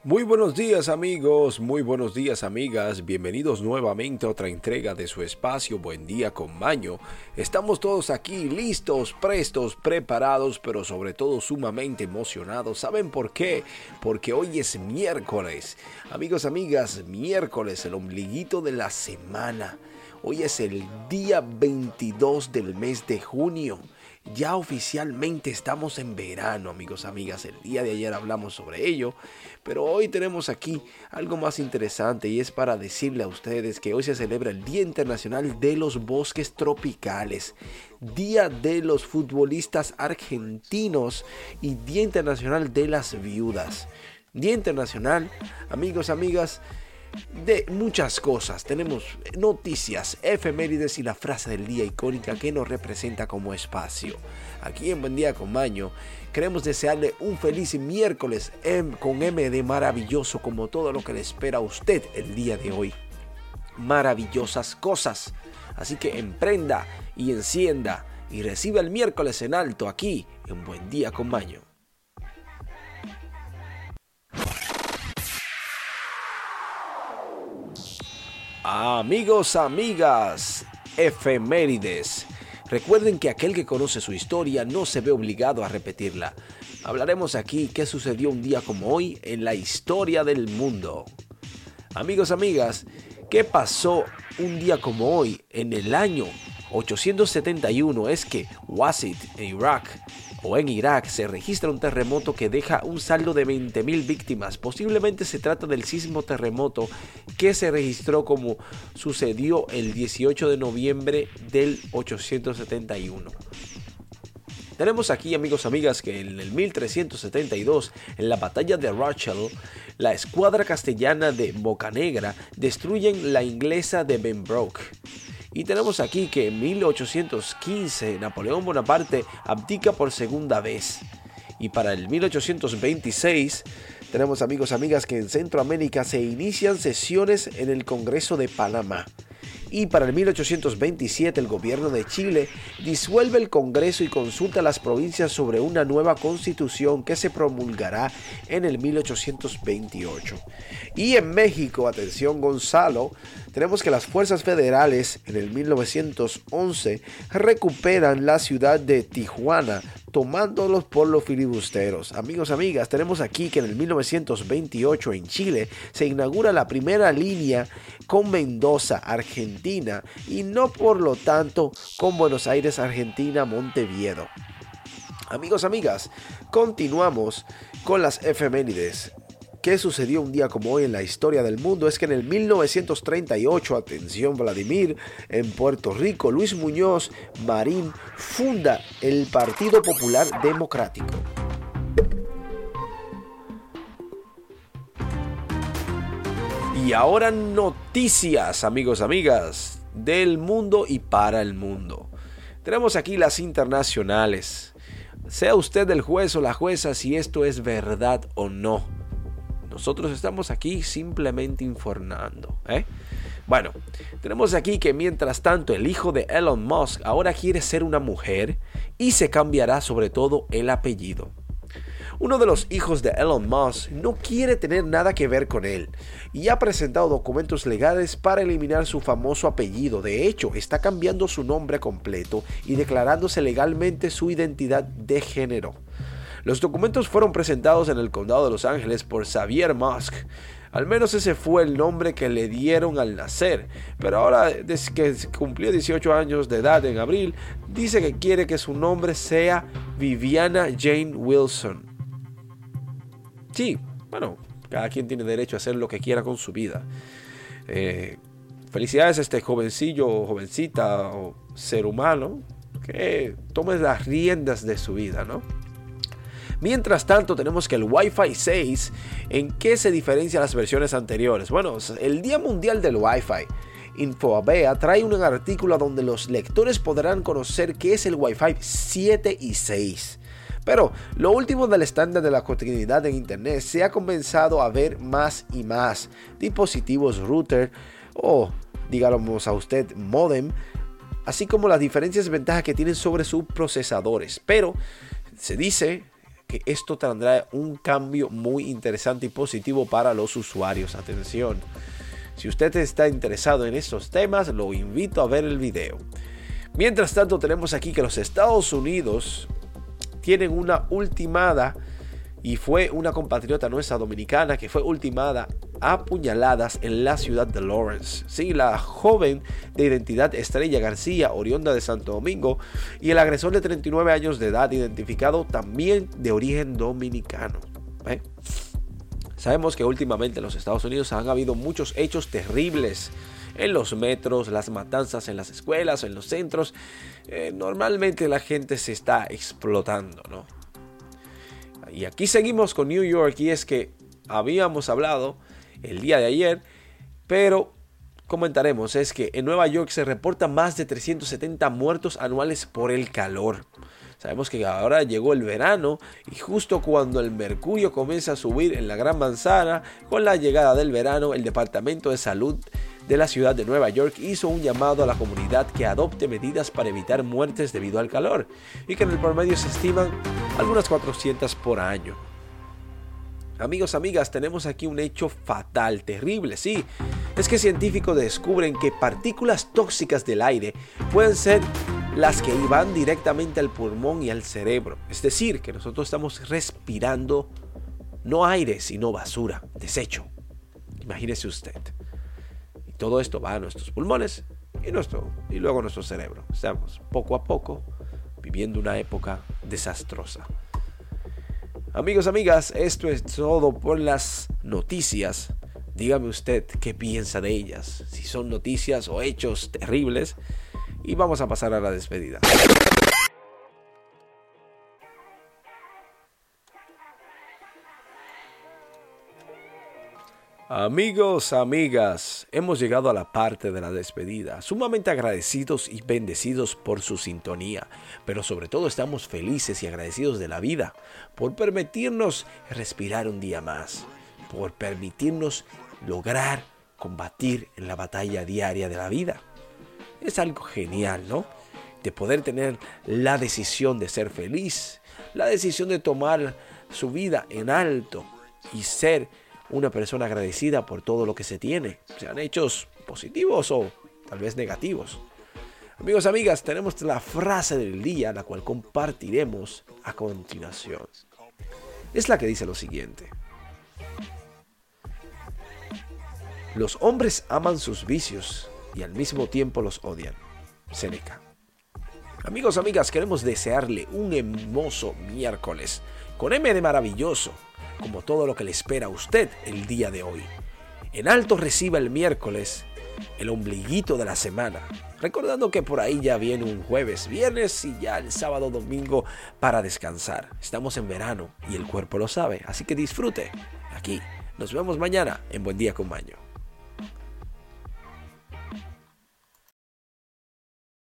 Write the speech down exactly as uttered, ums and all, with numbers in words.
Muy buenos días amigos, muy buenos días amigas, bienvenidos nuevamente a otra entrega de su espacio Buen Día con Maño. Estamos todos aquí listos, prestos, preparados, pero sobre todo sumamente emocionados. ¿Saben por qué? Porque hoy es miércoles. Amigos, amigas, miércoles, el ombliguito de la semana. Hoy es el día veintidós del mes de junio. Ya oficialmente estamos en verano, amigos, amigas. El día de ayer hablamos sobre ello, pero hoy tenemos aquí algo más interesante y es para decirle a ustedes que hoy se celebra el Día Internacional de los Bosques Tropicales, Día de los Futbolistas Argentinos y Día Internacional de las Viudas. Día Internacional, amigos, amigas, de muchas cosas. Tenemos noticias, efemérides y la frase del día icónica que nos representa como espacio. Aquí en Buen Día con Maño queremos desearle un feliz miércoles M, con M de maravilloso, como todo lo que le espera a usted el día de hoy. Maravillosas cosas. Así que emprenda y encienda y reciba el miércoles en alto aquí en Buen Día con Maño. Amigos, amigas, efemérides. Recuerden que aquel que conoce su historia no se ve obligado a repetirla. Hablaremos aquí qué sucedió un día como hoy en la historia del mundo. Amigos, amigas, ¿qué pasó un día como hoy en el año ochocientos setenta y uno? Es que Wasit, en Irak, o en Irak, se registra un terremoto que deja un saldo de veinte mil víctimas. Posiblemente se trata del sismo terremoto que se registró como sucedió el dieciocho de noviembre del ochocientos setenta y uno. Tenemos aquí, amigos, amigas, que en el mil trescientos setenta y dos, en la batalla de Rochelle, la escuadra castellana de Bocanegra destruyen la inglesa de Pembroke. Y tenemos aquí que en mil ochocientos quince Napoleón Bonaparte abdica por segunda vez. Y para el mil ochocientos veintiséis tenemos, amigos, amigas, que en Centroamérica se inician sesiones en el Congreso de Panamá. Y para el mil ochocientos veintisiete el gobierno de Chile disuelve el Congreso y consulta a las provincias sobre una nueva constitución que se promulgará en el mil ochocientos veintiocho. Y en México, atención Gonzalo, tenemos que las fuerzas federales en el mil novecientos once recuperan la ciudad de Tijuana, tomándolos por los filibusteros. Amigos, amigas, tenemos aquí que en el mil novecientos veintiocho en Chile se inaugura la primera línea con Mendoza, Argentina, y no por lo tanto con Buenos Aires, Argentina, Montevideo. Amigos, amigas, continuamos con las efemérides. ¿Qué sucedió un día como hoy en la historia del mundo? Es que en el mil novecientos treinta y ocho, atención Vladimir, en Puerto Rico, Luis Muñoz Marín funda el Partido Popular Democrático. Y ahora noticias, amigos, amigas, del mundo y para el mundo. Tenemos aquí las internacionales. Sea usted el juez o la jueza si esto es verdad o no. Nosotros estamos aquí simplemente informando, ¿eh? Bueno, tenemos aquí que mientras tanto el hijo de Elon Musk ahora quiere ser una mujer y se cambiará sobre todo el apellido. Uno de los hijos de Elon Musk no quiere tener nada que ver con él y ha presentado documentos legales para eliminar su famoso apellido. De hecho, está cambiando su nombre completo y declarándose legalmente su identidad de género. Los documentos fueron presentados en el condado de Los Ángeles por Xavier Musk. Al menos ese fue el nombre que le dieron al nacer. Pero ahora, desde que cumplió dieciocho años de edad en abril, dice que quiere que su nombre sea Viviana Jane Wilson. Sí, bueno, cada quien tiene derecho a hacer lo que quiera con su vida. Eh, felicidades a este jovencillo, o jovencita o ser humano que tome las riendas de su vida, ¿no? Mientras tanto, tenemos que el Wi-Fi seis, ¿en qué se diferencia las versiones anteriores? Bueno, el Día Mundial del Wi-Fi. InfoAbea trae un artículo donde los lectores podrán conocer qué es el Wi-Fi siete y seis. Pero lo último del estándar de la continuidad en Internet se ha comenzado a ver más y más. Dispositivos router o, digamos a usted, modem, así como las diferencias y ventajas que tienen sobre sus procesadores. Pero se dice que esto tendrá un cambio muy interesante y positivo para los usuarios. Atención, si usted está interesado en estos temas, lo invito a ver el video. Mientras tanto, tenemos aquí que los Estados Unidos tienen una ultimada, y fue una compatriota nuestra dominicana que fue ultimada a puñaladas en la ciudad de Lawrence. Sí, la joven de identidad Estrella García, oriunda de Santo Domingo, y el agresor de treinta y nueve años de edad, identificado también de origen dominicano. ¿Eh? Sabemos que últimamente en los Estados Unidos han habido muchos hechos terribles en los metros, las matanzas en las escuelas, en los centros. Eh, normalmente la gente se está explotando, ¿no? Y aquí seguimos con New York, y es que habíamos hablado el día de ayer, pero comentaremos, es que en Nueva York se reportan más de trescientos setenta muertos anuales por el calor. Sabemos que ahora llegó el verano, y justo cuando el mercurio comienza a subir en la Gran Manzana, con la llegada del verano, el Departamento de Salud de la ciudad de Nueva York hizo un llamado a la comunidad que adopte medidas para evitar muertes debido al calor, y que en el promedio se estiman algunas cuatrocientas por año. Amigos, amigas, tenemos aquí un hecho fatal, terrible, sí. Es que científicos descubren que partículas tóxicas del aire pueden ser las que van directamente al pulmón y al cerebro. Es decir, que nosotros estamos respirando no aire, sino basura, desecho. Imagínese usted. Y todo esto va a nuestros pulmones y, nuestro, y luego a nuestro cerebro. Estamos poco a poco viviendo una época desastrosa. Amigos, amigas, esto es todo por las noticias. Dígame usted qué piensa de ellas, si son noticias o hechos terribles. Y vamos a pasar a la despedida. Amigos, amigas, hemos llegado a la parte de la despedida, sumamente agradecidos y bendecidos por su sintonía, pero sobre todo estamos felices y agradecidos de la vida, por permitirnos respirar un día más, por permitirnos lograr combatir en la batalla diaria de la vida. Es algo genial, ¿no? De poder tener la decisión de ser feliz, la decisión de tomar su vida en alto y ser una persona agradecida por todo lo que se tiene, sean hechos positivos o tal vez negativos. Amigos, amigas, tenemos la frase del día, la cual compartiremos a continuación. Es la que dice lo siguiente: los hombres aman sus vicios y al mismo tiempo los odian. Séneca. Amigos, amigas, queremos desearle un hermoso miércoles con M de maravilloso, como todo lo que le espera a usted el día de hoy. En alto reciba el miércoles, el ombliguito de la semana, recordando que por ahí ya viene un jueves, viernes y ya el sábado, domingo para descansar. Estamos en verano y el cuerpo lo sabe, así que disfrute. Aquí nos vemos mañana en Buen Día con Maño.